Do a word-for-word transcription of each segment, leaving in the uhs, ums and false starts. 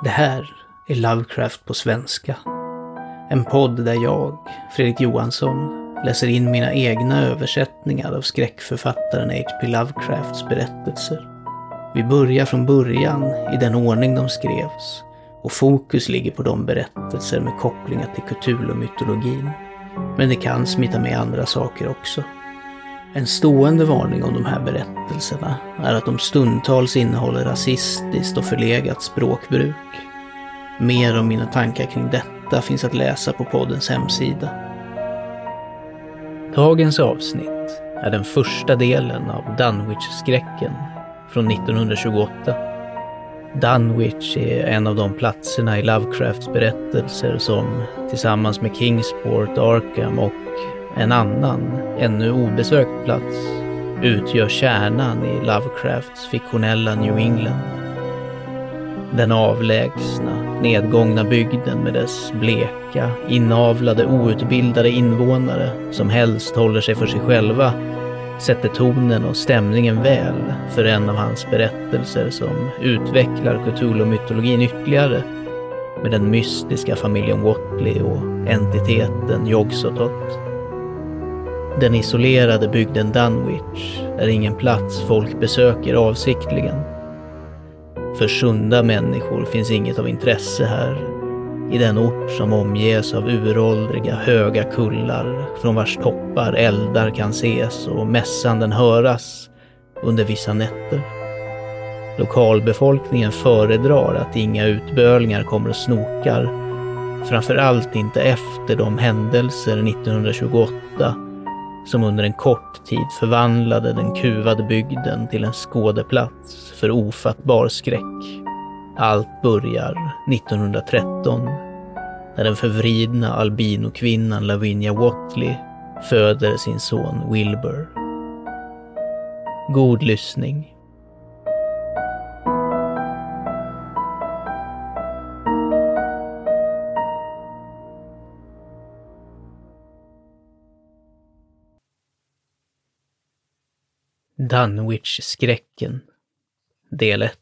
Det här är Lovecraft på svenska. En podd där jag, Fredrik Johansson, läser in mina egna översättningar av skräckförfattaren H P Lovecrafts berättelser. Vi börjar från början i den ordning de skrevs och fokus ligger på de berättelser med kopplingar till Cthulhu-mytologin. Men det kan smita med andra saker också. En stående varning om de här berättelserna är att de stundtals innehåller rasistiskt och förlegat språkbruk. Mer om mina tankar kring detta finns att läsa på poddens hemsida. Dagens avsnitt är den första delen av Dunwich-skräcken från nittonhundratjugoåtta. Dunwich är en av de platserna i Lovecrafts berättelser som tillsammans med Kingsport, Arkham och en annan, ännu obesökt plats utgör kärnan i Lovecrafts fiktionella New England. Den avlägsna, nedgångna bygden med dess bleka, inavlade, outbildade invånare som helst håller sig för sig själva sätter tonen och stämningen väl för en av hans berättelser som utvecklar Cthulhu-mytologin ytterligare med den mystiska familjen Whatley och entiteten Yog-Sothoth. Den isolerade bygden Dunwich är ingen plats folk besöker avsiktligen. För sunda människor finns inget av intresse här, i den ort som omges av uråldriga höga kullar från vars toppar eldar kan ses och mässanden höras under vissa nätter. Lokalbefolkningen föredrar att inga utbölningar kommer och snokar, framförallt inte efter de händelser nittonhundratjugoåtta som under en kort tid förvandlade den kuvade bygden till en skådeplats för ofattbar skräck. Allt börjar nittonhundratretton när den förvridna albinokvinnan Lavinia Whatley föder sin son Wilbur. God lyssning. Dunwich-skräcken del ett.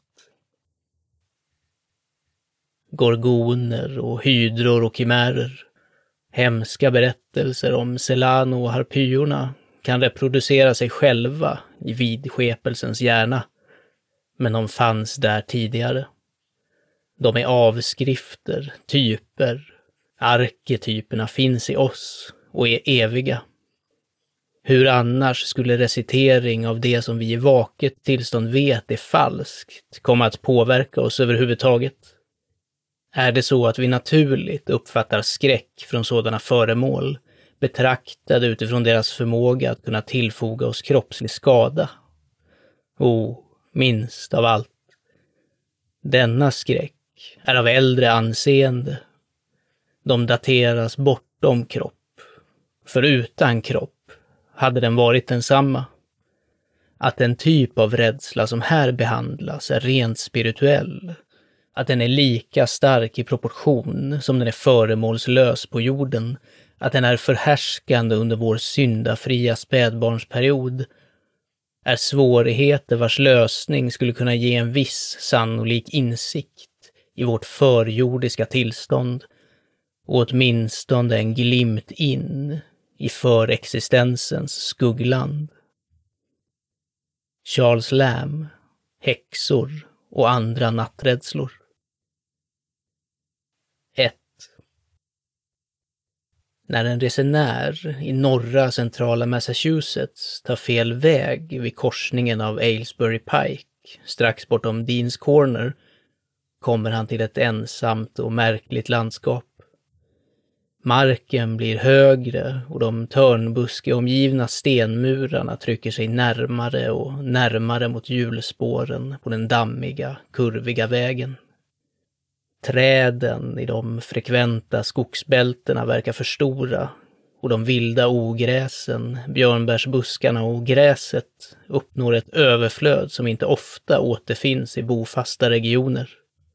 Gorgoner och hydror och chimärer, hemska berättelser om Selano och harpyorna kan reproducera sig själva i vidskepelsens hjärna, men de fanns där tidigare. De är avskrifter, typer, arketyperna finns i oss och är eviga. Hur annars skulle recitering av det som vi i vaket tillstånd vet är falskt komma att påverka oss överhuvudtaget? Är det så att vi naturligt uppfattar skräck från sådana föremål, betraktade utifrån deras förmåga att kunna tillfoga oss kroppslig skada? Oh, minst av allt. Denna skräck är av äldre anseende. De dateras bortom kropp. För utan kropp hade den varit densamma. Att en typ av rädsla som här behandlas är rent spirituell. Att den är lika stark i proportion som den är föremålslös på jorden. Att den är förhärskande under vår syndafria spädbarnsperiod. Är svårigheter vars lösning skulle kunna ge en viss sannolik insikt i vårt förjordiska tillstånd. Och åtminstone en glimt in i förexistensens skuggland. Charles Lamb, häxor och andra natträdslor. ett. När en resenär i norra centrala Massachusetts tar fel väg vid korsningen av Aylesbury Pike, strax bortom Deans Corner, kommer han till ett ensamt och märkligt landskap. Marken blir högre och de törnbuskeomgivna stenmurarna trycker sig närmare och närmare mot hjulspåren på den dammiga, kurviga vägen. Träden i de frekventa skogsbältena verkar för stora och de vilda ogräsen, björnbärsbuskarna och gräset uppnår ett överflöd som inte ofta återfinns i bofasta regioner.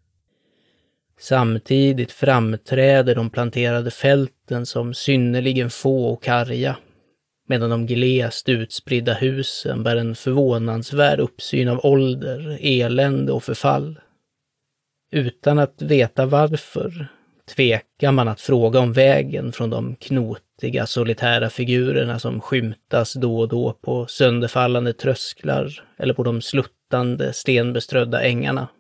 Samtidigt framträder de planterade fälten som synnerligen få och karga, medan de glest utspridda husen bär en förvånansvärd uppsyn av ålder, elände och förfall. Utan att veta varför tvekar man att fråga om vägen från de knotiga, solitära figurerna som skymtas då och då på sönderfallande trösklar eller på de sluttande, stenbeströdda ängarna.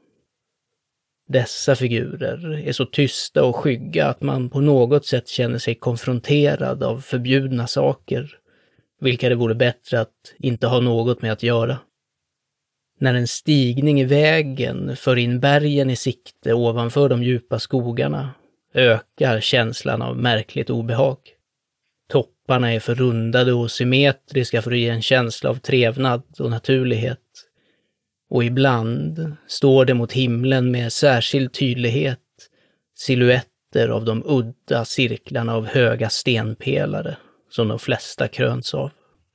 Dessa figurer är så tysta och skygga att man på något sätt känner sig konfronterad av förbjudna saker, vilka det vore bättre att inte ha något med att göra. När en stigning i vägen för in bergen i sikte ovanför de djupa skogarna ökar känslan av märkligt obehag. Topparna är för rundade och symmetriska för att ge en känsla av trevnad och naturlighet. Och ibland står det mot himlen med särskild tydlighet silhuetter av de udda cirklarna av höga stenpelare som de flesta kröns av.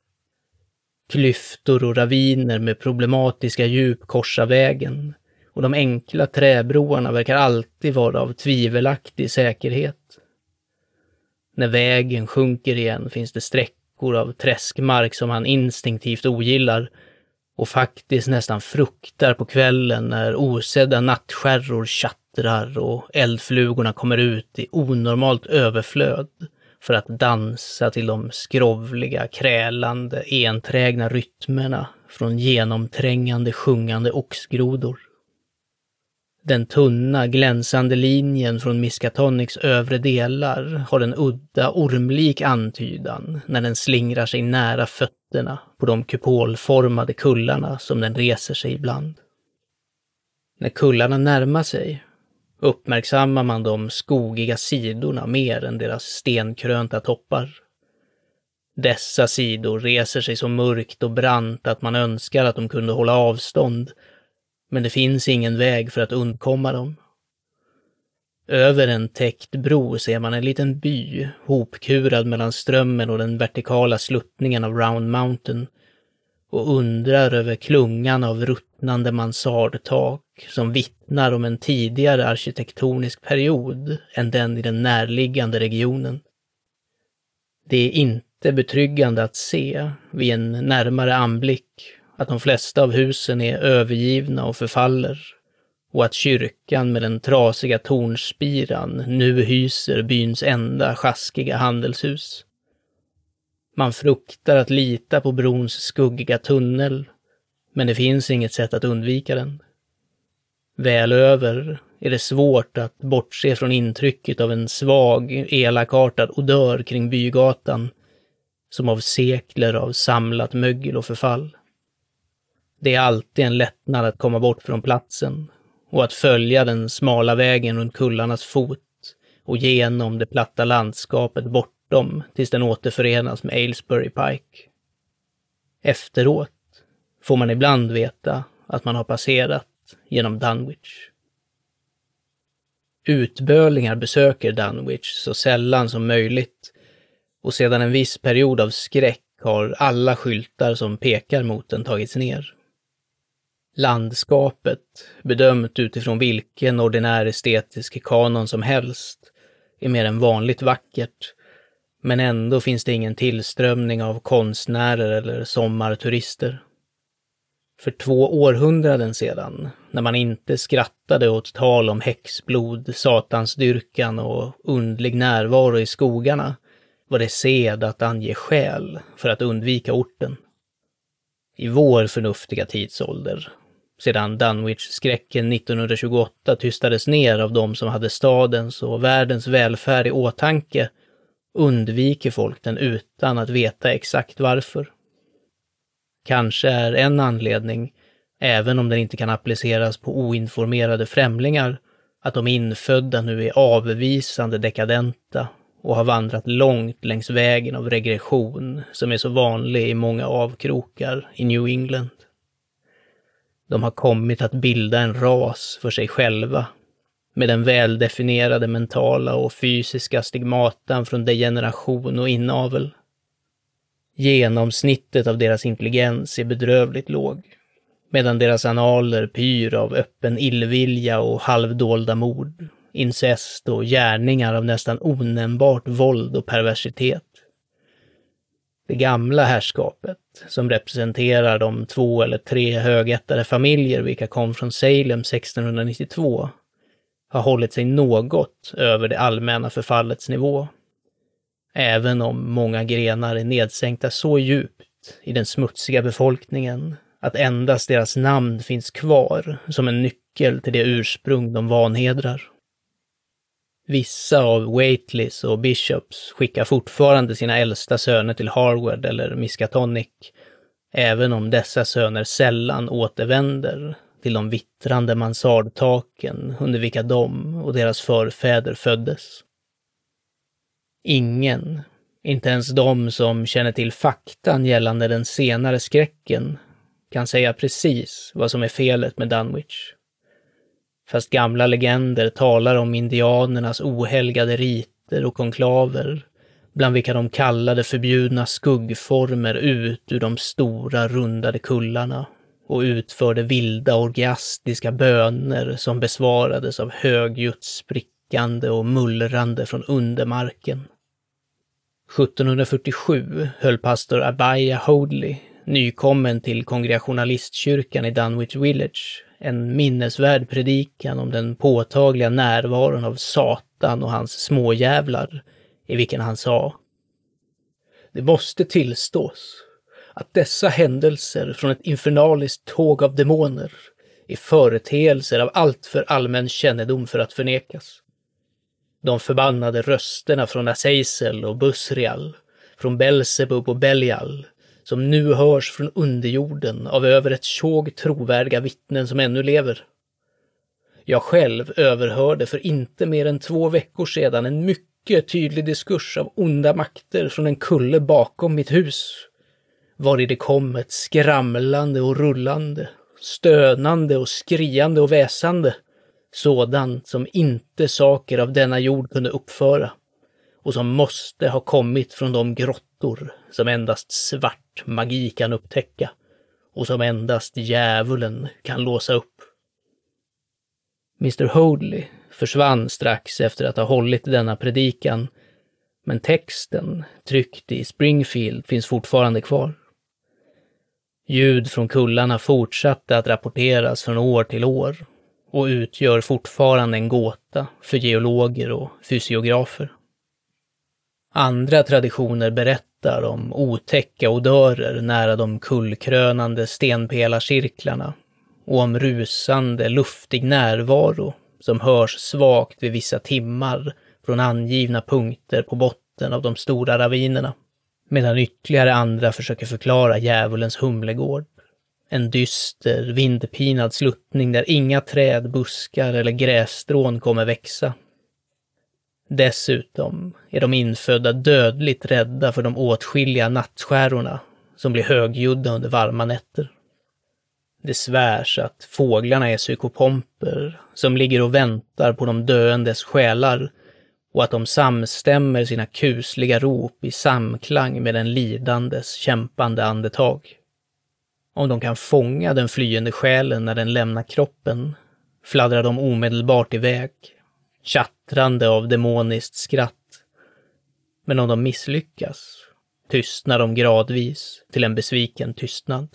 Klyftor och raviner med problematiska djup korsar vägen och de enkla träbroarna verkar alltid vara av tvivelaktig säkerhet. När vägen sjunker igen finns det sträckor av träskmark som han instinktivt ogillar och faktiskt nästan fruktar på kvällen när osedda nattskärror tjattrar och eldflugorna kommer ut i onormalt överflöd för att dansa till de skrovliga, krälande, enträgna rytmerna från genomträngande, sjungande oxgrodor. Den tunna, glänsande linjen från Miskatonics övre delar har en udda, ormlik antydan när den slingrar sig nära fötterna på de kupolformade kullarna som den reser sig ibland. När kullarna närmar sig uppmärksammar man de skogiga sidorna mer än deras stenkrönta toppar. Dessa sidor reser sig så mörkt och brant att man önskar att de kunde hålla avstånd, men det finns ingen väg för att undkomma dem. Över en täckt bro ser man en liten by, hopkurad mellan strömmen och den vertikala sluttningen av Round Mountain, och undrar över klungan av ruttnande mansardtak som vittnar om en tidigare arkitektonisk period än den i den närliggande regionen. Det är inte betryggande att se vid en närmare anblick att de flesta av husen är övergivna och förfaller och att kyrkan med den trasiga tornspiran nu hyser byns enda sjaskiga handelshus. Man fruktar att lita på brons skuggiga tunnel, men det finns inget sätt att undvika den. Väl över är det svårt att bortse från intrycket av en svag, elakartad odör kring bygatan, som av sekler av samlat mögel och förfall. Det är alltid en lättnad att komma bort från platsen och att följa den smala vägen runt kullarnas fot och genom det platta landskapet bortom tills den återförenas med Aylesbury Pike. Efteråt får man ibland veta att man har passerat genom Dunwich. Utbölingar besöker Dunwich så sällan som möjligt och sedan en viss period av skräck har alla skyltar som pekar mot den tagits ner. Landskapet, bedömt utifrån vilken ordinär estetisk kanon som helst, är mer än vanligt vackert, men ändå finns det ingen tillströmning av konstnärer eller sommarturister. För två århundraden sedan, när man inte skrattade åt tal om häxblod, satansdyrkan och undlig närvaro i skogarna, var det sed att ange skäl för att undvika orten. I vår förnuftiga tidsålder, sedan Dunwich-skräcken nittonhundratjugoåtta tystades ner av de som hade stadens och världens välfärd i åtanke, undviker folk den utan att veta exakt varför. Kanske är en anledning, även om den inte kan appliceras på oinformerade främlingar, att de infödda nu är avvisande dekadenta och har vandrat långt längs vägen av regression som är så vanlig i många avkrokar i New England. De har kommit att bilda en ras för sig själva, med den väldefinierade mentala och fysiska stigmatan från degeneration och inavel. Genomsnittet av deras intelligens är bedrövligt låg, medan deras analer pyr av öppen illvilja och halvdolda mord, incest och gärningar av nästan onämnbart våld och perversitet. Det gamla härskapet, som representerar de två eller tre högättade familjer vilka kom från Salem sextonhundranittiotvå, har hållit sig något över det allmänna förfallets nivå. Även om många grenar är nedsänkta så djupt i den smutsiga befolkningen att endast deras namn finns kvar som en nyckel till det ursprung de vanhedrar. Vissa av Whateleys och Bishops skickar fortfarande sina äldsta söner till Harvard eller Miskatonic, även om dessa söner sällan återvänder till de vittrande mansardtaken under vilka de och deras förfäder föddes. Ingen, inte ens de som känner till faktan gällande den senare skräcken, kan säga precis vad som är felet med Dunwich. Fast gamla legender talar om indianernas ohelgade riter och konklaver, bland vilka de kallade förbjudna skuggformer ut ur de stora rundade kullarna och utförde vilda orgiastiska böner som besvarades av högljutt sprickande och mullrande från undermarken. sjuttonhundrafyrtiosju höll pastor Abijah Hoadley, nykommen till kongregationalistkyrkan i Dunwich Village, en minnesvärd predikan om den påtagliga närvaron av Satan och hans småjävlar, i vilken han sa: "Det måste tillstås att dessa händelser från ett infernaliskt tåg av demoner är företeelser av allt för allmän kännedom för att förnekas. De förbannade rösterna från Azazel och Busrial, från Belzebub och Belial, som nu hörs från underjorden av över ett tjog trovärdiga vittnen som ännu lever. Jag själv överhörde för inte mer än två veckor sedan en mycket tydlig diskurs av onda makter från en kulle bakom mitt hus, var i det kom ett skramlande och rullande, stönande och skriande och väsande, sådant som inte saker av denna jord kunde uppföra, och som måste ha kommit från de grottor som endast svart magi kan upptäcka, och som endast djävulen kan låsa upp." mister Hoadley försvann strax efter att ha hållit denna predikan, men texten, tryckt i Springfield, finns fortfarande kvar. Ljud från kullarna fortsatte att rapporteras från år till år och utgör fortfarande en gåta för geologer och fysiografer. Andra traditioner berättar om otäcka odörer nära de kullkrönande stenpelarcirklarna och om rusande, luftig närvaro som hörs svagt vid vissa timmar från angivna punkter på botten av de stora ravinerna, medan ytterligare andra försöker förklara djävulens humlegård. En dyster, vindpinad sluttning där inga träd, buskar eller grässtrån kommer växa. Dessutom är de infödda dödligt rädda för de åtskilliga nattskärorna som blir högljudda under varma nätter. Det svärs att fåglarna är psykopomper som ligger och väntar på de döendes själar och att de samstämmer sina kusliga rop i samklang med den lidandes kämpande andetag. Om de kan fånga den flyende själen när den lämnar kroppen, fladdrar de omedelbart iväg, tjattrande av demoniskt skratt. Men om de misslyckas, tystnar de gradvis till en besviken tystnad.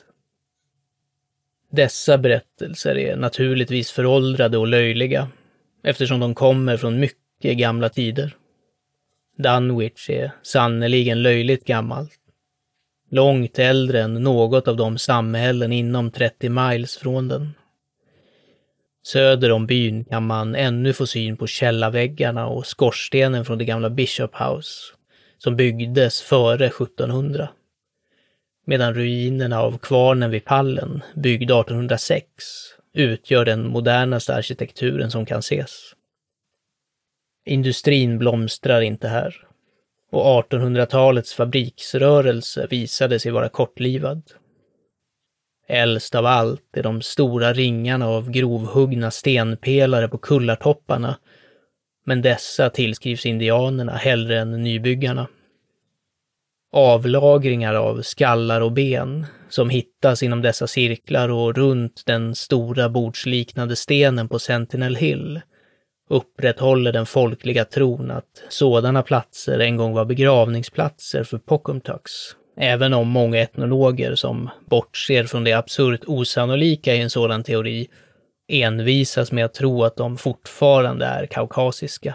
Dessa berättelser är naturligtvis föråldrade och löjliga, eftersom de kommer från mycket gamla tider. Dunwich är sannoliken löjligt gammalt. Långt äldre än något av de samhällen inom trettio miles från den. Söder om byn kan man ännu få syn på källarväggarna och skorstenen från det gamla Bishop House, som byggdes före sjuttonhundra. Medan ruinerna av kvarnen vid pallen, byggd artonhundrasex, utgör den modernaste arkitekturen som kan ses. Industrin blomstrar inte här, och artonhundratalets fabriksrörelse visade sig vara kortlivad. Äldst av allt är de stora ringarna av grovhuggna stenpelare på kullartopparna, men dessa tillskrivs indianerna hellre än nybyggarna. Avlagringar av skallar och ben som hittas inom dessa cirklar och runt den stora bordsliknande stenen på Sentinel Hill upprätthåller den folkliga tron att sådana platser en gång var begravningsplatser för Pocumtucks, även om många etnologer som bortser från det absurt osannolika i en sådan teori envisas med att tro att de fortfarande är kaukasiska.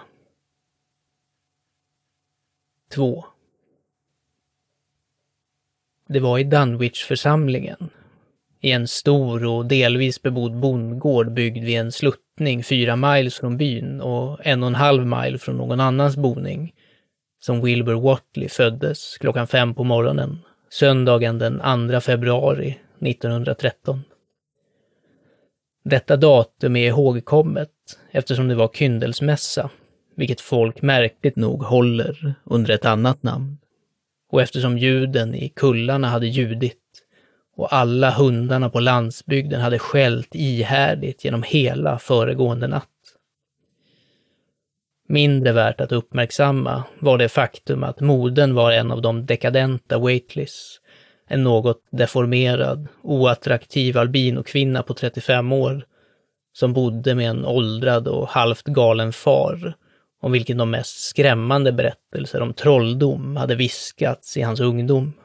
två. Det var i Dunwich-församlingen, i en stor och delvis bebodd bondgård byggd vid en sluttning fyra miles från byn och en och en halv mile från någon annans boning, som Wilbur Whatley föddes klockan fem på morgonen, söndagen den andra februari nittonhundratretton. Detta datum är ihågkommet eftersom det var kyndelsmässa, vilket folk märkligt nog håller under ett annat namn, och eftersom ljuden i kullarna hade ljudit och alla hundarna på landsbygden hade skällt ihärdigt genom hela föregående natt. Mindre värt att uppmärksamma var det faktum att modern var en av de dekadenta Whateleys, en något deformerad, oattraktiv albinokvinna på trettiofem år, som bodde med en åldrad och halvt galen far, om vilken de mest skrämmande berättelser om trolldom hade viskats i hans ungdom.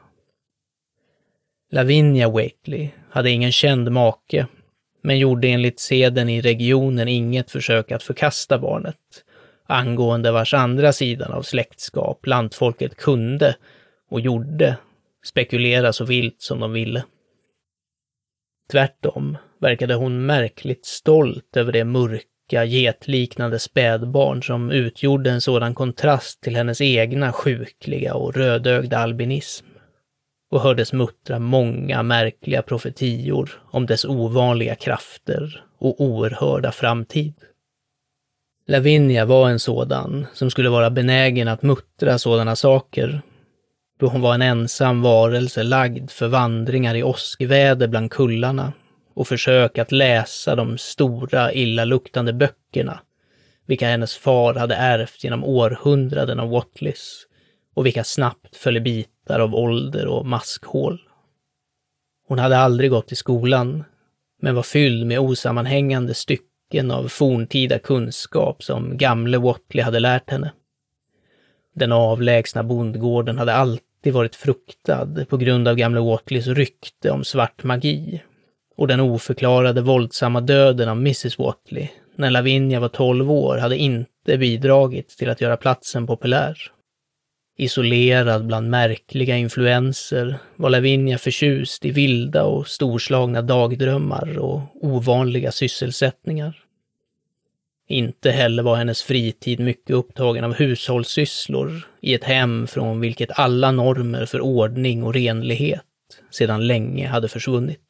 Lavinia Whateley hade ingen känd make, men gjorde enligt seden i regionen inget försök att förkasta barnet, angående vars andra sidan av släktskap lantfolket kunde och gjorde spekulera så vilt som de ville. Tvärtom verkade hon märkligt stolt över det mörka, getliknande spädbarn som utgjorde en sådan kontrast till hennes egna sjukliga och rödögda albinism, och hördes muttra många märkliga profetior om dess ovanliga krafter och oerhörda framtid. Lavinia var en sådan som skulle vara benägen att muttra sådana saker, då hon var en ensam varelse lagd för vandringar i åskväder bland kullarna och försök att läsa de stora, illaluktande böckerna, vilka hennes far hade ärvt genom århundraden av Whateleys och vilka snabbt föll i bitar av ålder och maskhål. Hon hade aldrig gått i skolan, men var fylld med osammanhängande stycken av forntida kunskap som gamle Whatley hade lärt henne. Den avlägsna bondgården hade alltid varit fruktad på grund av gamle Whateleys rykte om svart magi, och den oförklarade våldsamma döden av missus Whatley när Lavinia var tolv år hade inte bidragit till att göra platsen populär. Isolerad bland märkliga influenser var Lavinia förtjust i vilda och storslagna dagdrömmar och ovanliga sysselsättningar. Inte heller var hennes fritid mycket upptagen av hushållssysslor i ett hem från vilket alla normer för ordning och renlighet sedan länge hade försvunnit.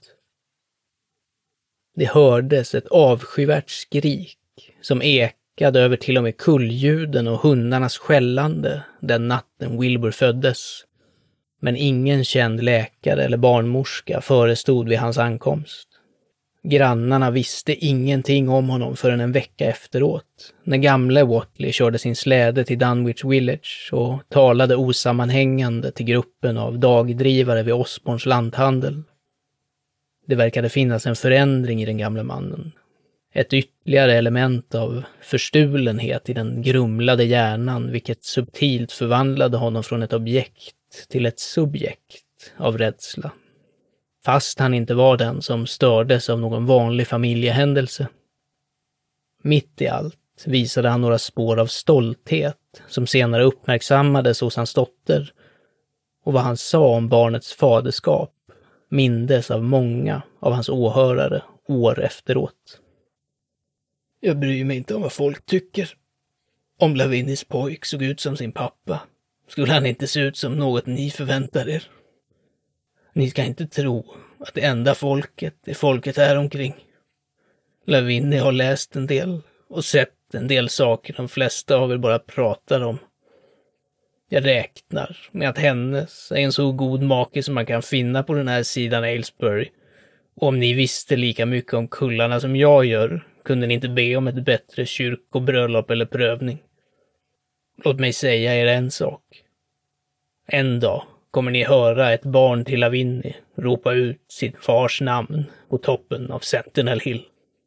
Det hördes ett avskyvärt skrik som ekade över till och med kullljuden och hundarnas skällande den natten Wilbur föddes, men ingen känd läkare eller barnmorska förestod vid hans ankomst. Grannarna visste ingenting om honom förrän en vecka efteråt, när gamle Whatley körde sin släde till Dunwich Village och talade osammanhängande till gruppen av dagdrivare vid Osborns lanthandel. Det verkade finnas en förändring i den gamla mannen. Ett ytterligare element av förstulenhet i den grumlade hjärnan, vilket subtilt förvandlade honom från ett objekt till ett subjekt av rädsla. Fast han inte var den som stördes av någon vanlig familjehändelse. Mitt i allt visade han några spår av stolthet som senare uppmärksammades hos hans dotter, och vad han sa om barnets faderskap mindes av många av hans åhörare år efteråt. Jag bryr mig inte om vad folk tycker. Om Lavinies pojk såg ut som sin pappa, skulle han inte se ut som något ni förväntar er. Ni ska inte tro att det enda folket är folket här omkring. Lavinia har läst en del och sett en del saker de flesta av er bara pratar om. Jag räknar med att hennes är en så god make som man kan finna på den här sidan Aylesbury. Och om ni visste lika mycket om kullarna som jag gör, kunde ni inte be om ett bättre kyrkobröllop eller prövning. Låt mig säga er en sak. En dag kommer ni höra ett barn till Lavinia ropa ut sin fars namn på toppen av Sentinel Hill.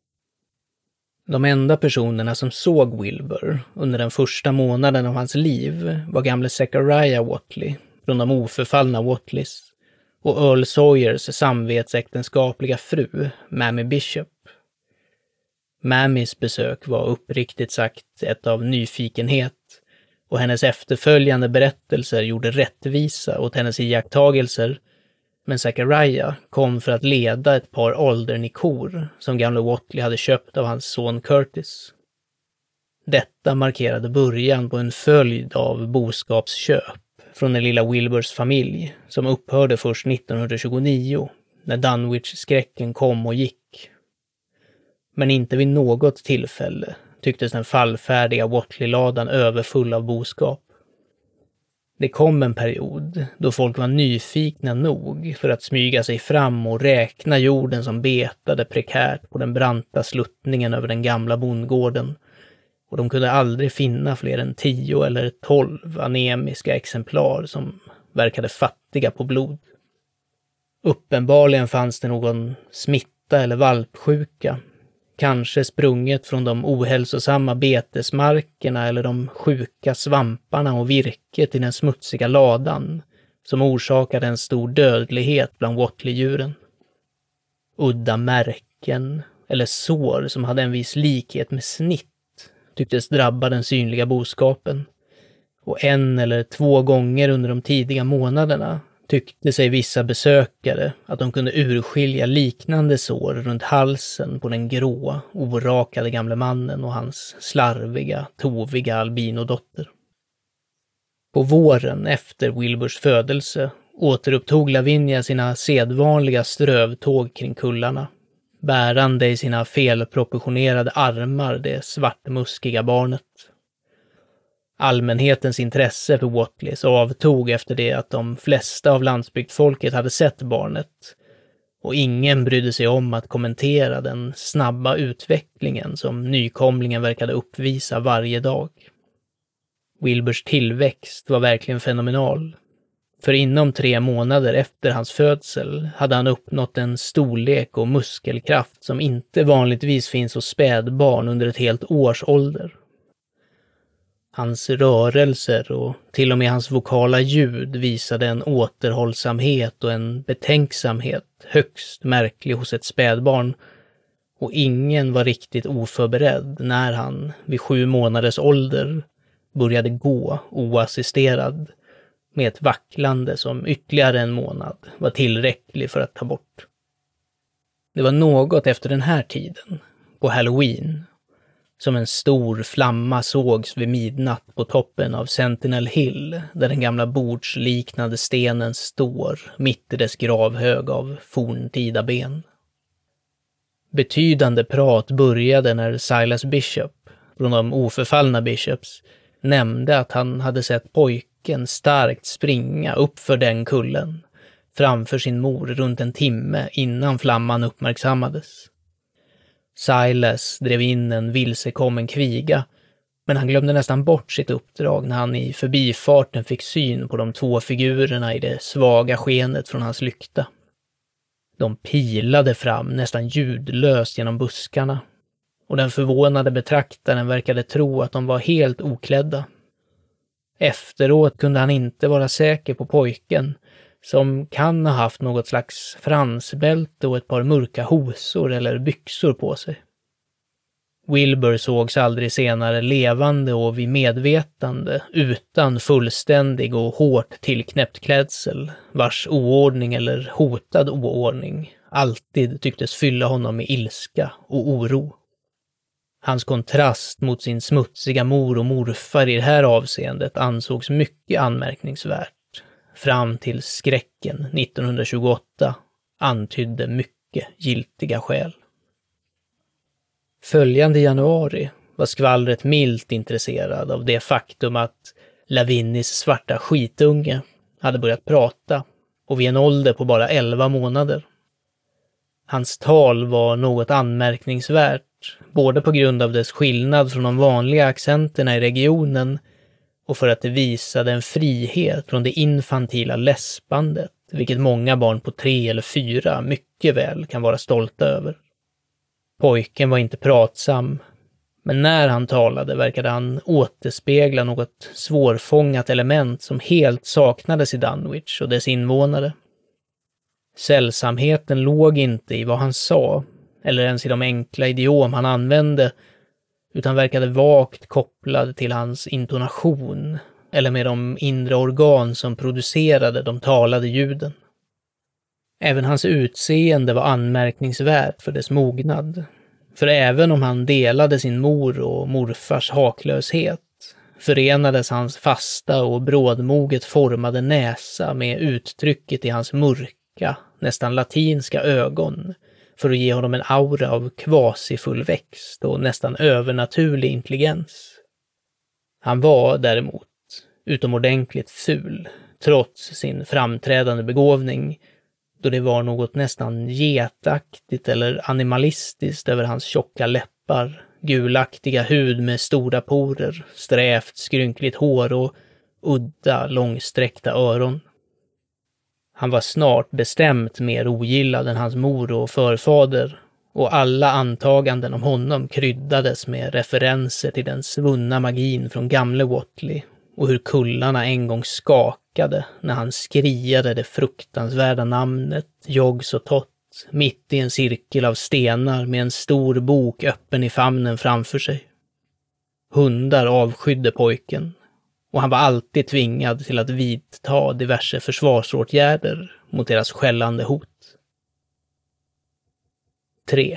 De enda personerna som såg Wilbur under den första månaden av hans liv var gamle Zechariah Whatley från de oförfallna Whateleys och Earl Sawyers samvetsäktenskapliga fru, Mammy Bishop. Mammies besök var uppriktigt sagt ett av nyfikenhet, och hennes efterföljande berättelser gjorde rättvisa åt hennes iakttagelser, men Zachariah kom för att leda ett par Alderney-kor som gamle Whatley hade köpt av hans son Curtis. Detta markerade början på en följd av boskapsköp från den lilla Wilburs familj som upphörde först nittonhundratjugonio när Dunwich-skräcken kom och gick. Men inte vid något tillfälle tycktes den fallfärdiga Whatley-ladan överfull av boskap. Det kom en period då folk var nyfikna nog för att smyga sig fram och räkna jorden som betade prekärt på den branta sluttningen över den gamla bondgården, och de kunde aldrig finna fler än tio eller tolv anemiska exemplar som verkade fattiga på blod. Uppenbarligen fanns det någon smitta eller valpsjuka, kanske sprunget från de ohälsosamma betesmarkerna eller de sjuka svamparna och virket i den smutsiga ladan, som orsakade en stor dödlighet bland Whatley-djuren. Udda märken eller sår som hade en viss likhet med snitt tycktes drabba den synliga boskapen, och en eller två gånger under de tidiga månaderna tyckte sig vissa besökare att de kunde urskilja liknande sår runt halsen på den grå, orakade gamle mannen och hans slarviga, toviga albinodotter. På våren efter Wilburs födelse återupptog Lavinia sina sedvanliga strövtåg kring kullarna, bärande i sina felproportionerade armar det svartmuskiga barnet. Allmänhetens intresse för Whatleys avtog efter det att de flesta av landsbygdsfolket hade sett barnet, och ingen brydde sig om att kommentera den snabba utvecklingen som nykomlingen verkade uppvisa varje dag. Wilburs tillväxt var verkligen fenomenal, för inom tre månader efter hans födsel hade han uppnått en storlek och muskelkraft som inte vanligtvis finns hos spädbarn under ett helt års ålder. Hans rörelser och till och med hans vokala ljud visade en återhållsamhet och en betänksamhet högst märklig hos ett spädbarn, och ingen var riktigt oförberedd när han vid sju månaders ålder började gå oassisterad med ett vacklande som ytterligare en månad var tillräcklig för att ta bort. Det var något efter den här tiden, på Halloween, som en stor flamma sågs vid midnatt på toppen av Sentinel Hill, där den gamla bordsliknande stenen står mitt i dess gravhög av forntida ben. Betydande prat började när Silas Bishop, från de oförfallna Bishops, nämnde att han hade sett pojken starkt springa upp för den kullen framför sin mor runt en timme innan flamman uppmärksammades. Silas drev in en vilsekommen kviga, men han glömde nästan bort sitt uppdrag när han i förbifarten fick syn på de två figurerna i det svaga skenet från hans lykta. De pilade fram nästan ljudlöst genom buskarna, och den förvånade betraktaren verkade tro att de var helt oklädda. Efteråt kunde han inte vara säker på pojken, som kan ha haft något slags fransbälte och ett par mörka hosor eller byxor på sig. Wilbur sågs aldrig senare levande och vid medvetande utan fullständig och hårt tillknäppt klädsel, vars oordning eller hotad oordning alltid tycktes fylla honom med ilska och oro. Hans kontrast mot sin smutsiga mor och morfar i det här avseendet ansågs mycket anmärkningsvärt, fram till skräcken nittonhundratjugoåtta antydde mycket giltiga skäl. Följande januari var skvallret milt intresserad av det faktum att Lavinis svarta skitunge hade börjat prata, och vid en ålder på bara elva månader. Hans tal var något anmärkningsvärt, både på grund av dess skillnad från de vanliga accenterna i regionen och för att det visade en frihet från det infantila läspandet, vilket många barn på tre eller fyra mycket väl kan vara stolta över. Pojken var inte pratsam, men när han talade verkade han återspegla något svårfångat element som helt saknades i Dunwich och dess invånare. Sällsamheten låg inte i vad han sa, eller ens i de enkla idiom han använde, utan verkade vagt kopplad till hans intonation eller med de inre organ som producerade de talade ljuden. Även hans utseende var anmärkningsvärt för dess mognad, för även om han delade sin mor och morfars haklöshet förenades hans fasta och brådmoget formade näsa med uttrycket i hans mörka, nästan latinska ögon för att ge honom en aura av kvasifullväxt och nästan övernaturlig intelligens. Han var däremot utomordentligt ful, trots sin framträdande begåvning, då det var något nästan getaktigt eller animalistiskt över hans tjocka läppar, gulaktiga hud med stora porer, strävt skrynkligt hår och udda, långsträckta öron. Han var snart bestämt mer ogillad än hans mor och förfader, och alla antaganden om honom kryddades med referenser till den svunna magin från gamle Whatley och hur kullarna en gång skakade när han skriade det fruktansvärda namnet Yog-Sothoth mitt i en cirkel av stenar med en stor bok öppen i famnen framför sig. Hundar avskydde pojken, och han var alltid tvingad till att vidta diverse försvarsåtgärder mot deras skällande hot. tre.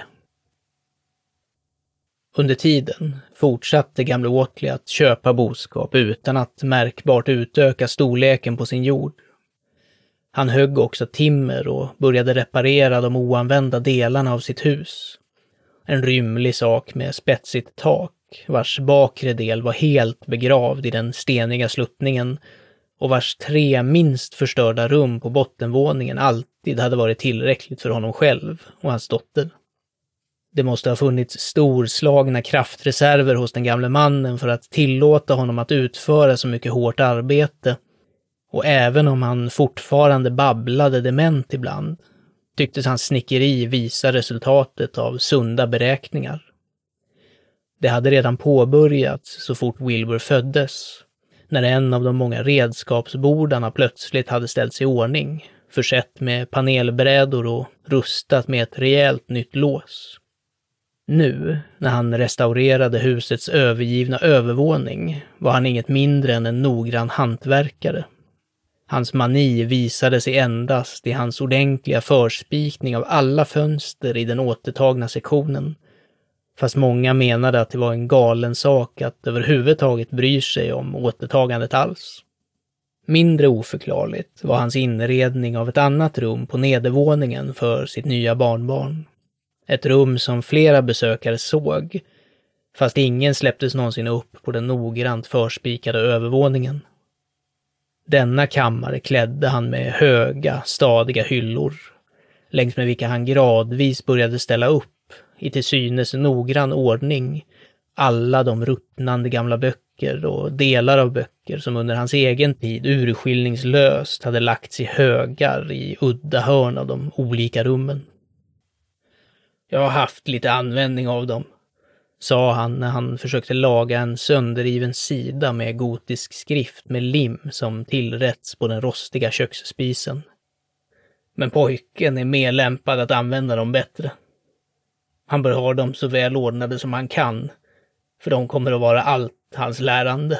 Under tiden fortsatte gamle Whatley att köpa boskap utan att märkbart utöka storleken på sin jord. Han högg också timmer och började reparera de oanvända delarna av sitt hus. En rymlig sak med spetsigt tak, vars bakre del var helt begravd i den steniga sluttningen och vars tre minst förstörda rum på bottenvåningen alltid hade varit tillräckligt för honom själv och hans dotter. Det måste ha funnits storslagna kraftreserver hos den gamle mannen för att tillåta honom att utföra så mycket hårt arbete, och även om han fortfarande babblade dement ibland, tycktes hans snickeri visa resultatet av sunda beräkningar. Det hade redan påbörjats så fort Wilbur föddes, när en av de många redskapsbordarna plötsligt hade ställts i ordning, försett med panelbrädor och rustat med ett rejält nytt lås. Nu, när han restaurerade husets övergivna övervåning, var han inget mindre än en noggrann hantverkare. Hans mani visade sig endast i hans ordentliga förspikning av alla fönster i den återtagna sektionen, fast många menade att det var en galen sak att överhuvudtaget bry sig om återtagandet alls. Mindre oförklarligt var hans inredning av ett annat rum på nedervåningen för sitt nya barnbarn. Ett rum som flera besökare såg, fast ingen släpptes någonsin upp på den noggrant förspikade övervåningen. Denna kammare klädde han med höga, stadiga hyllor, längs med vilka han gradvis började ställa upp, i till synes noggrann ordning, alla de ruttnande gamla böcker och delar av böcker som under hans egen tid urskiljningslöst hade lagts i högar i udda hörn av de olika rummen. Jag har haft lite användning av dem, sa han när han försökte laga en sönderriven sida med gotisk skrift med lim som tillrätts på den rostiga köksspisen. Men pojken är mer lämpad att använda dem bättre. Han bör ha dem så väl ordnade som han kan, för de kommer att vara allt hans lärande.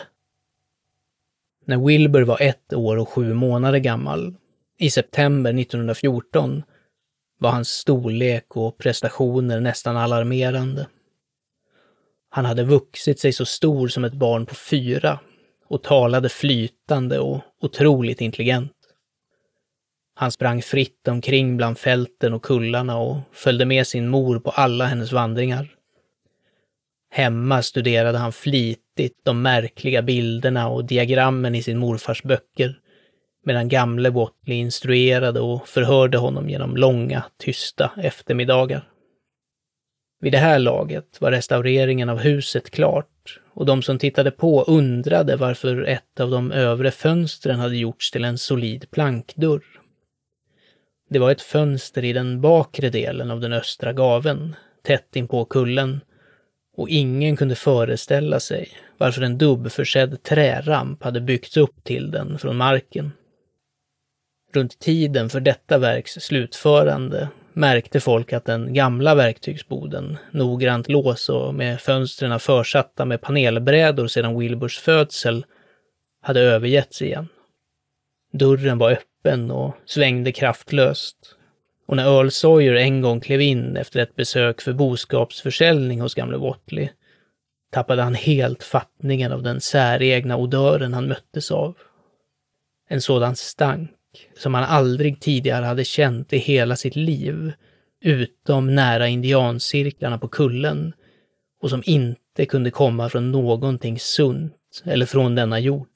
När Wilbur var ett år och sju månader gammal, i september nittonhundrafjorton, var hans storlek och prestationer nästan alarmerande. Han hade vuxit sig så stor som ett barn på fyra och talade flytande och otroligt intelligent. Han sprang fritt omkring bland fälten och kullarna och följde med sin mor på alla hennes vandringar. Hemma studerade han flitigt de märkliga bilderna och diagrammen i sin morfars böcker, medan gamle Whatley instruerade och förhörde honom genom långa, tysta eftermiddagar. Vid det här laget var restaureringen av huset klart, och de som tittade på undrade varför ett av de övre fönstren hade gjorts till en solid plankdörr. Det var ett fönster i den bakre delen av den östra gaven, tätt in på kullen, och ingen kunde föreställa sig varför en dubbförsedd träramp hade byggts upp till den från marken. Runt tiden för detta verks slutförande märkte folk att den gamla verktygsboden, noggrant lås och med fönstren försatta med panelbrädor sedan Wilburs födsel, hade övergetts igen. Dörren var öppen och svängde kraftlöst. Och när Earl Sawyer en gång klev in efter ett besök för boskapsförsäljning hos gamle Whatley, tappade han helt fattningen av den säregna odören han möttes av. En sådan stank som han aldrig tidigare hade känt i hela sitt liv, utom nära indiancirklarna på kullen, och som inte kunde komma från någonting sunt eller från denna jord.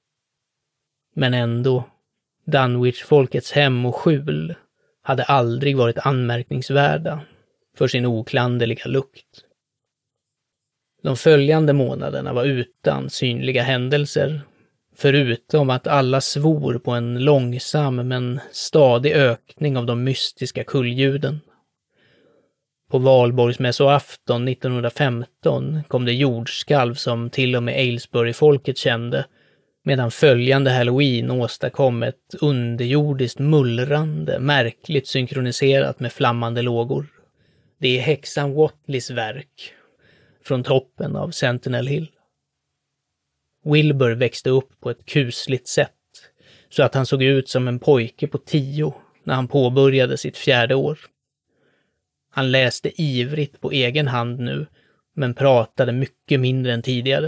Men ändå, Dunwich-folkets hem och skjul hade aldrig varit anmärkningsvärda för sin oklanderliga lukt. De följande månaderna var utan synliga händelser, förutom att alla svor på en långsam men stadig ökning av de mystiska kullljuden. På valborgsmässoafton nittonhundrafemton kom det jordskalv som till och med Aylesbury-folket kände, medan följande Halloween åstadkom ett underjordiskt mullrande, märkligt synkroniserat med flammande lågor. Det är häxan Whatleys verk, från toppen av Sentinel Hill. Wilbur växte upp på ett kusligt sätt, så att han såg ut som en pojke på tio när han påbörjade sitt fjärde år. Han läste ivrigt på egen hand nu, men pratade mycket mindre än tidigare.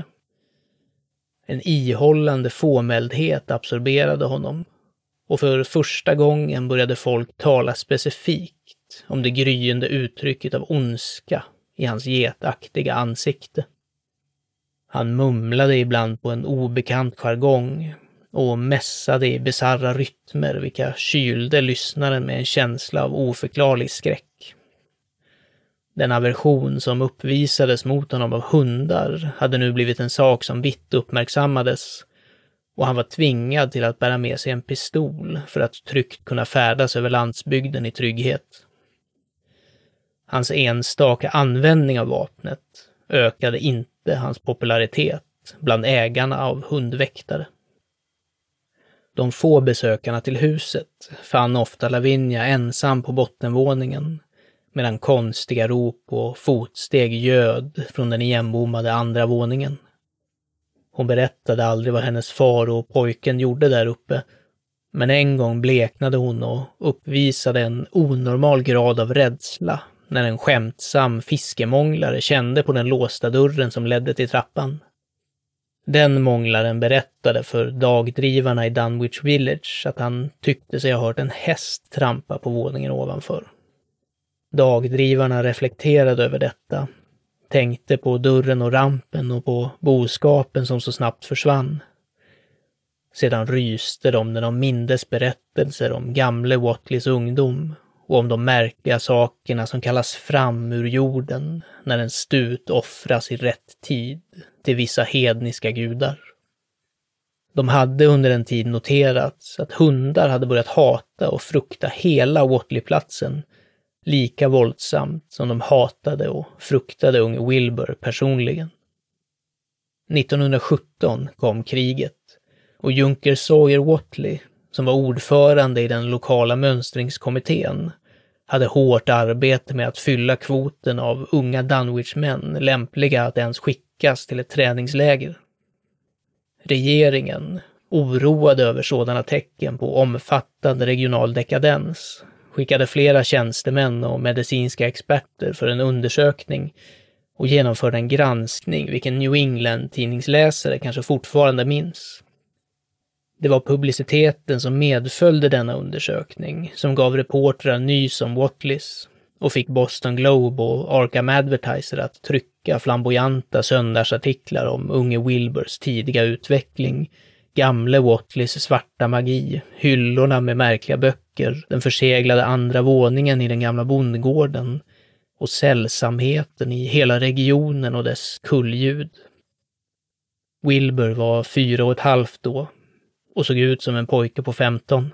En ihållande fåmäldhet absorberade honom, och för första gången började folk tala specifikt om det gryende uttrycket av ondska i hans getaktiga ansikte. Han mumlade ibland på en obekant jargong och mässade i bizarra rytmer vilka kylde lyssnaren med en känsla av oförklarlig skräck. Den aversion som uppvisades mot honom av hundar hade nu blivit en sak som vitt uppmärksammades, och han var tvingad till att bära med sig en pistol för att tryggt kunna färdas över landsbygden i trygghet. Hans enstaka användning av vapnet ökade inte hans popularitet bland ägarna av hundväktare. De få besökarna till huset fann ofta Lavinia ensam på bottenvåningen, medan konstiga rop och fotsteg ljöd från den igenbommade andra våningen. Hon berättade aldrig vad hennes far och pojken gjorde där uppe, men en gång bleknade hon och uppvisade en onormal grad av rädsla när en skämtsam fiskemånglare kände på den låsta dörren som ledde till trappan. Den månglaren berättade för dagdrivarna i Dunwich Village att han tyckte sig ha hört en häst trampa på våningen ovanför. Dagdrivarna reflekterade över detta, tänkte på dörren och rampen och på boskapen som så snabbt försvann. Sedan ryste de när de mindes berättelser om gamle Whatleys ungdom och om de märkliga sakerna som kallas fram ur jorden när en stut offras i rätt tid till vissa hedniska gudar. De hade under en tid noterat att hundar hade börjat hata och frukta hela Whatley-platsen lika våldsamt som de hatade och fruktade unge Wilbur personligen. nittonhundrasjutton kom kriget och Junker Sawyer Whatley, som var ordförande i den lokala mönstringskommittén, hade hårt arbete med att fylla kvoten av unga Dunwich-män lämpliga att ens skickas till ett träningsläger. Regeringen, oroad över sådana tecken på omfattande regional dekadens, skickade flera tjänstemän och medicinska experter för en undersökning och genomförde en granskning vilken New England-tidningsläsare kanske fortfarande minns. Det var publiciteten som medföljde denna undersökning som gav reportrar nys om Whatleys och fick Boston Globe och Arkham Advertiser att trycka flamboyanta söndagsartiklar om unge Wilburs tidiga utveckling, gamle Whatleys svarta magi, hyllorna med märkliga böcker, den förseglade andra våningen i den gamla bondgården och sällsamheten i hela regionen och dess kullljud. Wilbur var fyra och ett halvt då och såg ut som en pojke på femton.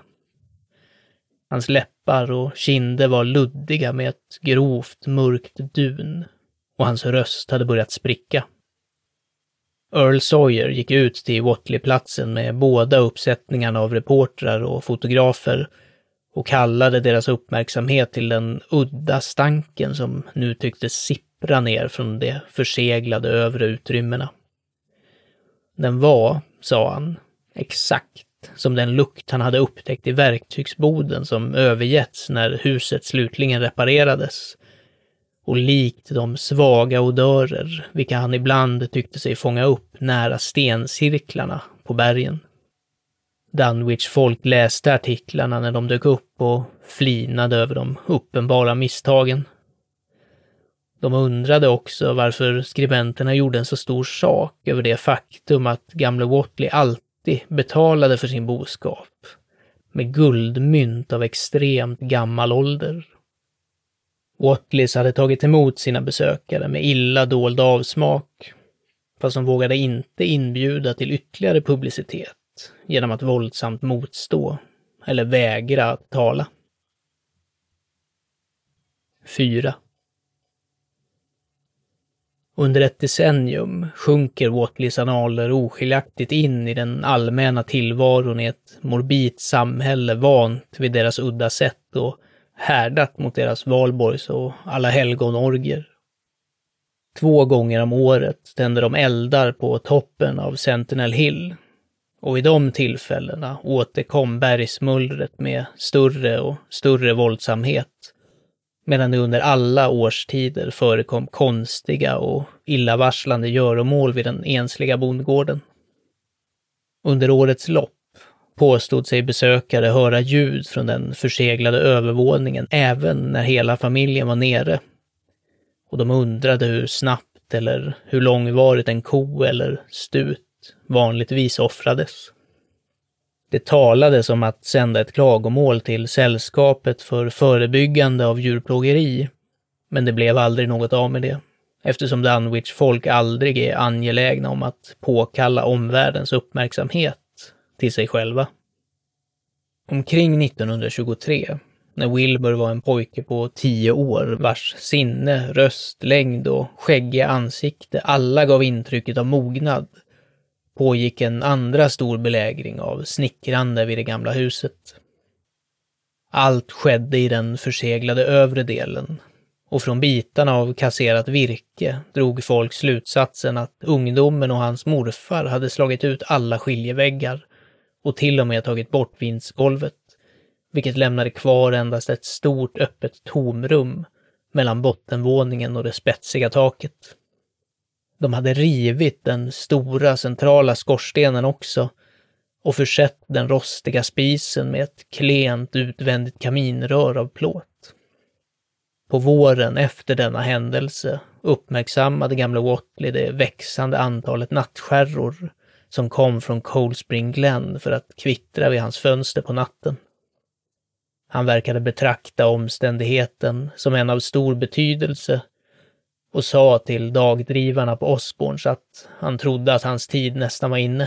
Hans läppar och kinder var luddiga med ett grovt mörkt dun och hans röst hade börjat spricka. Earl Sawyer gick ut till Whatley-platsen med båda uppsättningarna av reportrar och fotografer och kallade deras uppmärksamhet till den udda stanken som nu tycktes sippra ner från de förseglade övre utrymmena. Den var, sa han, exakt som den lukt han hade upptäckt i verktygsboden som övergetts när huset slutligen reparerades, och likt de svaga odörer vilka han ibland tyckte sig fånga upp nära stencirklarna på bergen. Dunwich folk läste artiklarna när de dök upp och flinade över de uppenbara misstagen. De undrade också varför skribenterna gjorde en så stor sak över det faktum att gamle Whatley alltid betalade för sin boskap med guldmynt av extremt gammal ålder. Whatleys hade tagit emot sina besökare med illa dold avsmak, fast de vågade inte inbjuda till ytterligare publicitet genom att våldsamt motstå eller vägra att tala. fyra. Under ett decennium sjunker Whatleys analer oskiljaktigt in i den allmänna tillvaron i ett morbid samhälle vant vid deras udda sätt och härdat mot deras valborgs och alla helgonorger. Två gånger om året tänder de eldar på toppen av Sentinel Hill, och i de tillfällena återkom bergsmullret med större och större våldsamhet, medan det under alla årstider förekom konstiga och illavarslande göromål vid den ensliga bondgården. Under årets lopp påstod sig besökare höra ljud från den förseglade övervåningen även när hela familjen var nere, och de undrade hur snabbt eller hur långvarigt en ko eller stut vanligtvis offrades. Det talades om att sända ett klagomål till sällskapet för förebyggande av djurplågeri, men det blev aldrig något av med det, eftersom Dunwich folk aldrig är angelägna om att påkalla omvärldens uppmärksamhet till sig själva. Omkring nittonhundratjugotre, när Wilbur var en pojke på tio år vars sinne, röst, längd och skäggiga ansikte alla gav intrycket av mognad, pågick en andra stor belägring av snickrande vid det gamla huset. Allt skedde i den förseglade övre delen, och från bitarna av kasserat virke drog folk slutsatsen att ungdomen och hans morfar hade slagit ut alla skiljeväggar och till och med tagit bort vindsgolvet, vilket lämnade kvar endast ett stort öppet tomrum mellan bottenvåningen och det spetsiga taket. De hade rivit den stora centrala skorstenen också och försett den rostiga spisen med ett klent utvändigt kaminrör av plåt. På våren efter denna händelse uppmärksammade gamla Whatley det växande antalet nattskärror som kom från Cold Spring Glen för att kvittra vid hans fönster på natten. Han verkade betrakta omständigheten som en av stor betydelse och sa till dagdrivarna på Osborns att han trodde att hans tid nästan var inne.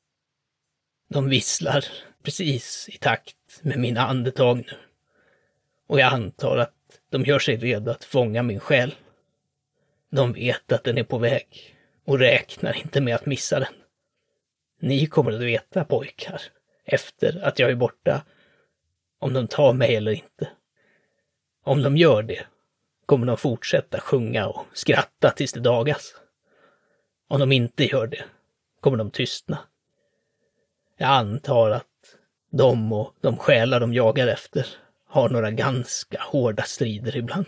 De visslar precis i takt med mina andetag nu, och jag antar att de gör sig redo att fånga min själ. De vet att den är på väg och räknar inte med att missa den. Ni kommer att veta, pojkar, efter att jag är borta, om de tar mig eller inte. Om de gör det kommer de fortsätta sjunga och skratta tills det dagas. Om de inte gör det kommer de tystna. Jag antar att de och de själar de jagar efter har några ganska hårda strider ibland.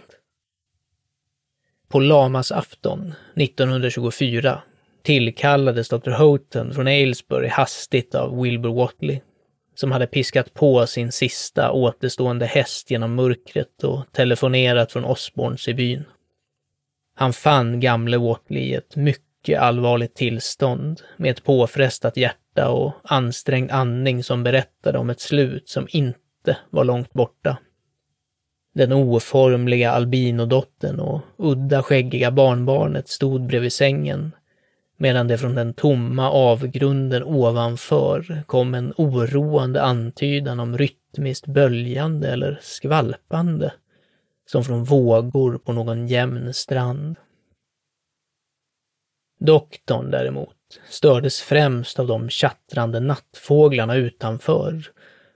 På Lamas afton nittonhundratjugofyra tillkallades doktor Houghton från Aylesbury hastigt av Wilbur Whatley, som hade piskat på sin sista återstående häst genom mörkret och telefonerat från Osborns i byn. Han fann gamle Whatley i ett mycket allvarligt tillstånd med ett påfrestat hjärta och ansträngd andning som berättade om ett slut som inte var långt borta. Den oformliga albinodottern och udda skäggiga barnbarnet stod bredvid sängen, medan det från den tomma avgrunden ovanför kom en oroande antydan om rytmiskt böljande eller skvalpande, som från vågor på någon jämn strand. Doktorn däremot stördes främst av de tjattrande nattfåglarna utanför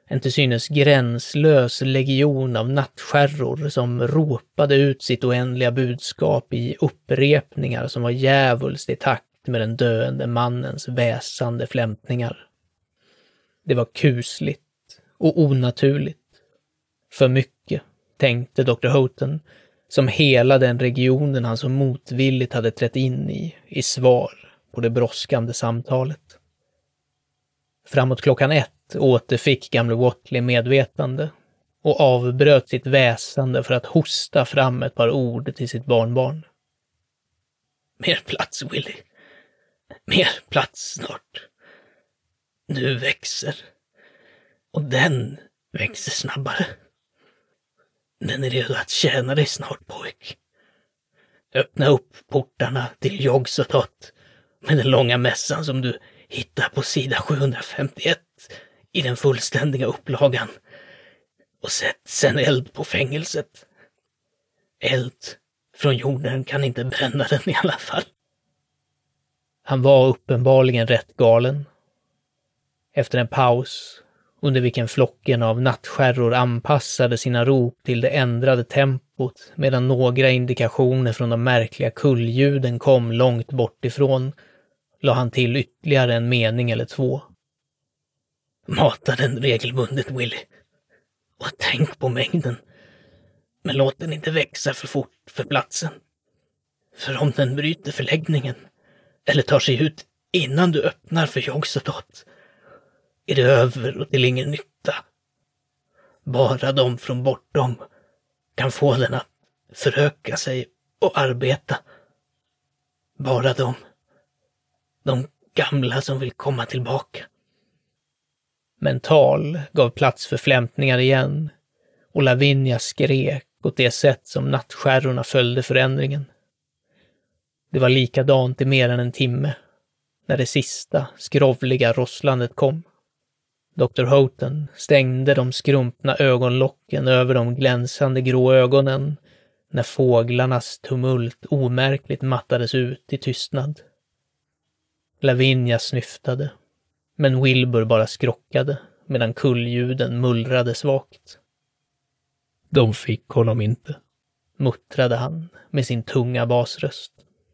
En till synes gränslös legion av nattskärror som ropade ut sitt oändliga budskap i upprepningar som var djävulskt i takt med den döende mannens väsande flämtningar. Det var kusligt och onaturligt. För mycket, tänkte doktor Houghton, som hela den regionen han så motvilligt hade trätt in i, i svar på det brådskande samtalet. Framåt klockan ett återfick gamle Whatley medvetande och avbröt sitt väsande för att hosta fram ett par ord till sitt barnbarn. Mer plats, Willy. Mer plats snart. Du växer. Och den växer snabbare. Den är redo att tjäna dig snart, pojk. Öppna upp portarna till Yog-Sothoth med den långa mässan som du hittar på sida sjuhundrafemtioett i den fullständiga upplagan. Och sätt sen eld på fängelset. Eld från jorden kan inte bränna den i alla fall. Han var uppenbarligen rätt galen. Efter en paus, under vilken flocken av nattskärror anpassade sina rop till det ändrade tempot medan några indikationer från de märkliga kullljuden kom långt bort ifrån, la han till ytterligare en mening eller två. Mata den regelbundet, Willy. Och tänk på mängden. Men låt den inte växa för fort för platsen. För om den bryter förläggningen eller tar sig ut innan du öppnar för Yog-Sothoth är det över och till ingen nytta. Bara de från bortom kan få den att föröka sig och arbeta. Bara de. De gamla som vill komma tillbaka. Mental gav plats för flämtningar igen och Lavinia skrek åt det sätt som nattskärrorna följde förändringen. Det var likadant i mer än en timme när det sista skrovliga rosslandet kom. doktor Houghton stängde de skrumpna ögonlocken över de glänsande grå ögonen när fåglarnas tumult omärkligt mattades ut i tystnad. Lavinia snyftade, men Wilbur bara skrockade medan kullljuden mullrade svagt. De fick honom inte, muttrade han med sin tunga basröst.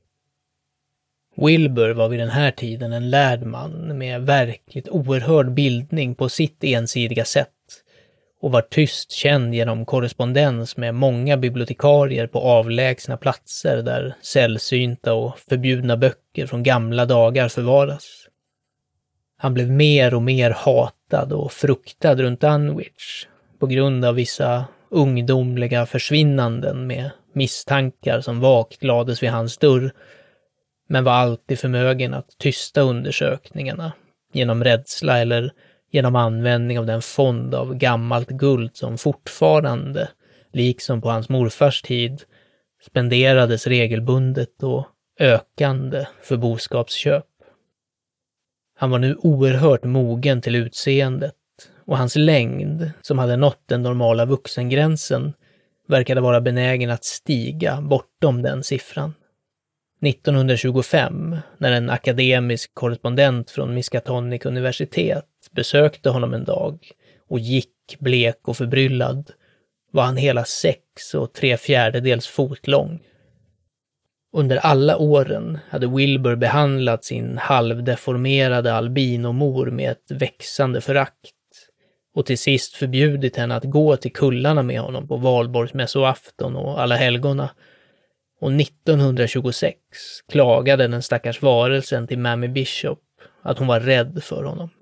Wilbur var vid den här tiden en lärd man med verkligt oerhörd bildning på sitt ensidiga sätt och var tyst känd genom korrespondens med många bibliotekarier på avlägsna platser där sällsynta och förbjudna böcker från gamla dagar förvaras. Han blev mer och mer hatad och fruktad runt Dunwich på grund av vissa ungdomliga försvinnanden med misstankar som vagt lades vid hans dörr, men var alltid förmögen att tysta undersökningarna genom rädsla eller genom användning av den fond av gammalt guld som fortfarande, liksom på hans morfars tid, spenderades regelbundet och ökande för boskapsköp. Han var nu oerhört mogen till utseendet och hans längd, som hade nått den normala vuxengränsen, verkade vara benägen att stiga bortom den siffran. nittonhundratjugofem, när en akademisk korrespondent från Miskatonic universitet besökte honom en dag och gick blek och förbryllad, var han hela sex och tre fjärdedels fot lång. Under alla åren hade Wilbur behandlat sin halvdeformerade albinomor med ett växande förakt och till sist förbjudit henne att gå till kullarna med honom på valborgsmässoafton och alla helgona. Och nittonhundratjugosex klagade den stackars varelsen till Mammy Bishop att hon var rädd för honom.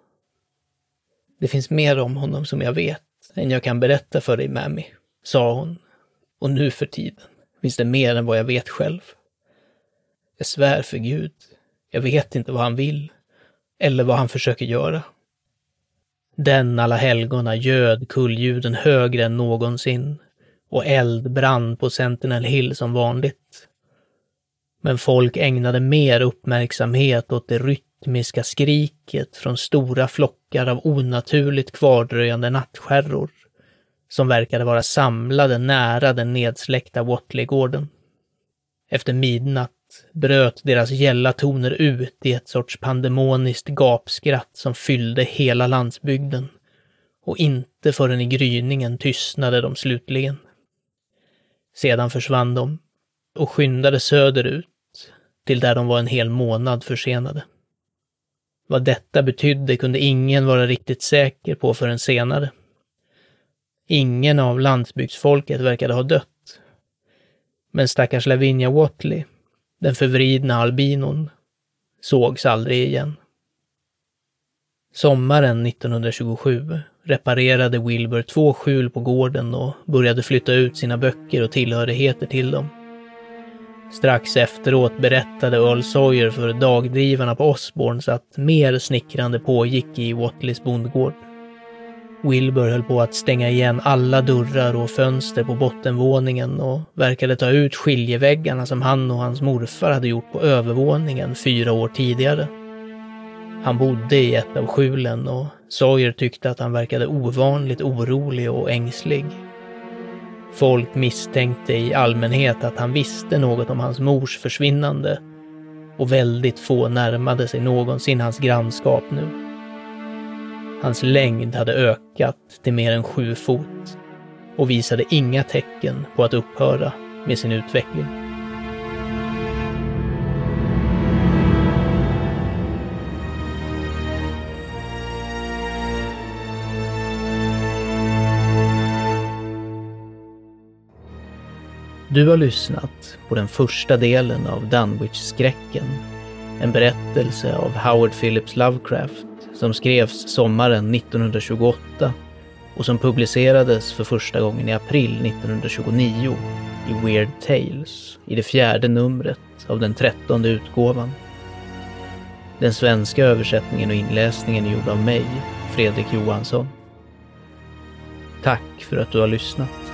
Det finns mer om honom som jag vet än jag kan berätta för dig, Mammy, sa hon. Och nu för tiden finns det mer än vad jag vet själv. Jag svär för Gud, jag vet inte vad han vill eller vad han försöker göra. Den alla helgona göd kullljuden högre än någonsin och eld brann på Sentinel Hill som vanligt. Men folk ägnade mer uppmärksamhet åt det rytmiska skriket från stora flockar av onaturligt kvardröjande nattskärror som verkade vara samlade nära den nedsläckta Whatley-gården. Efter midnatt bröt deras gälla toner ut i ett sorts pandemoniskt gapskratt som fyllde hela landsbygden och inte förrän i gryningen tystnade de slutligen. Sedan försvann de och skyndade söderut till där de var en hel månad försenade. Vad detta betydde kunde ingen vara riktigt säker på förrän senare. Ingen av landsbygdsfolket verkade ha dött. Men stackars Lavinia Whatley, den förvridna albinon, sågs aldrig igen. Sommaren nittonhundratjugosju reparerade Wilbur två skjul på gården och började flytta ut sina böcker och tillhörigheter till dem. Strax efteråt berättade Earl Sawyer för dagdrivarna på Osborns att mer snickrande pågick i Whatleys bondgård. Wilbur höll på att stänga igen alla dörrar och fönster på bottenvåningen och verkade ta ut skiljeväggarna som han och hans morfar hade gjort på övervåningen fyra år tidigare. Han bodde i ett av skjulen och Sawyer tyckte att han verkade ovanligt orolig och ängslig. Folk misstänkte i allmänhet att han visste något om hans mors försvinnande och väldigt få närmade sig någonsin hans grannskap nu. Hans längd hade ökat till mer än sju fot och visade inga tecken på att upphöra med sin utveckling. Du har lyssnat på den första delen av Dunwich-skräcken, en berättelse av Howard Phillips Lovecraft som skrevs sommaren nittonhundratjugoåtta och som publicerades för första gången i april nittonhundratjugonio i Weird Tales i det fjärde numret av den trettonde utgåvan. Den svenska översättningen och inläsningen är gjord av mig, Fredrik Johansson. Tack för att du har lyssnat.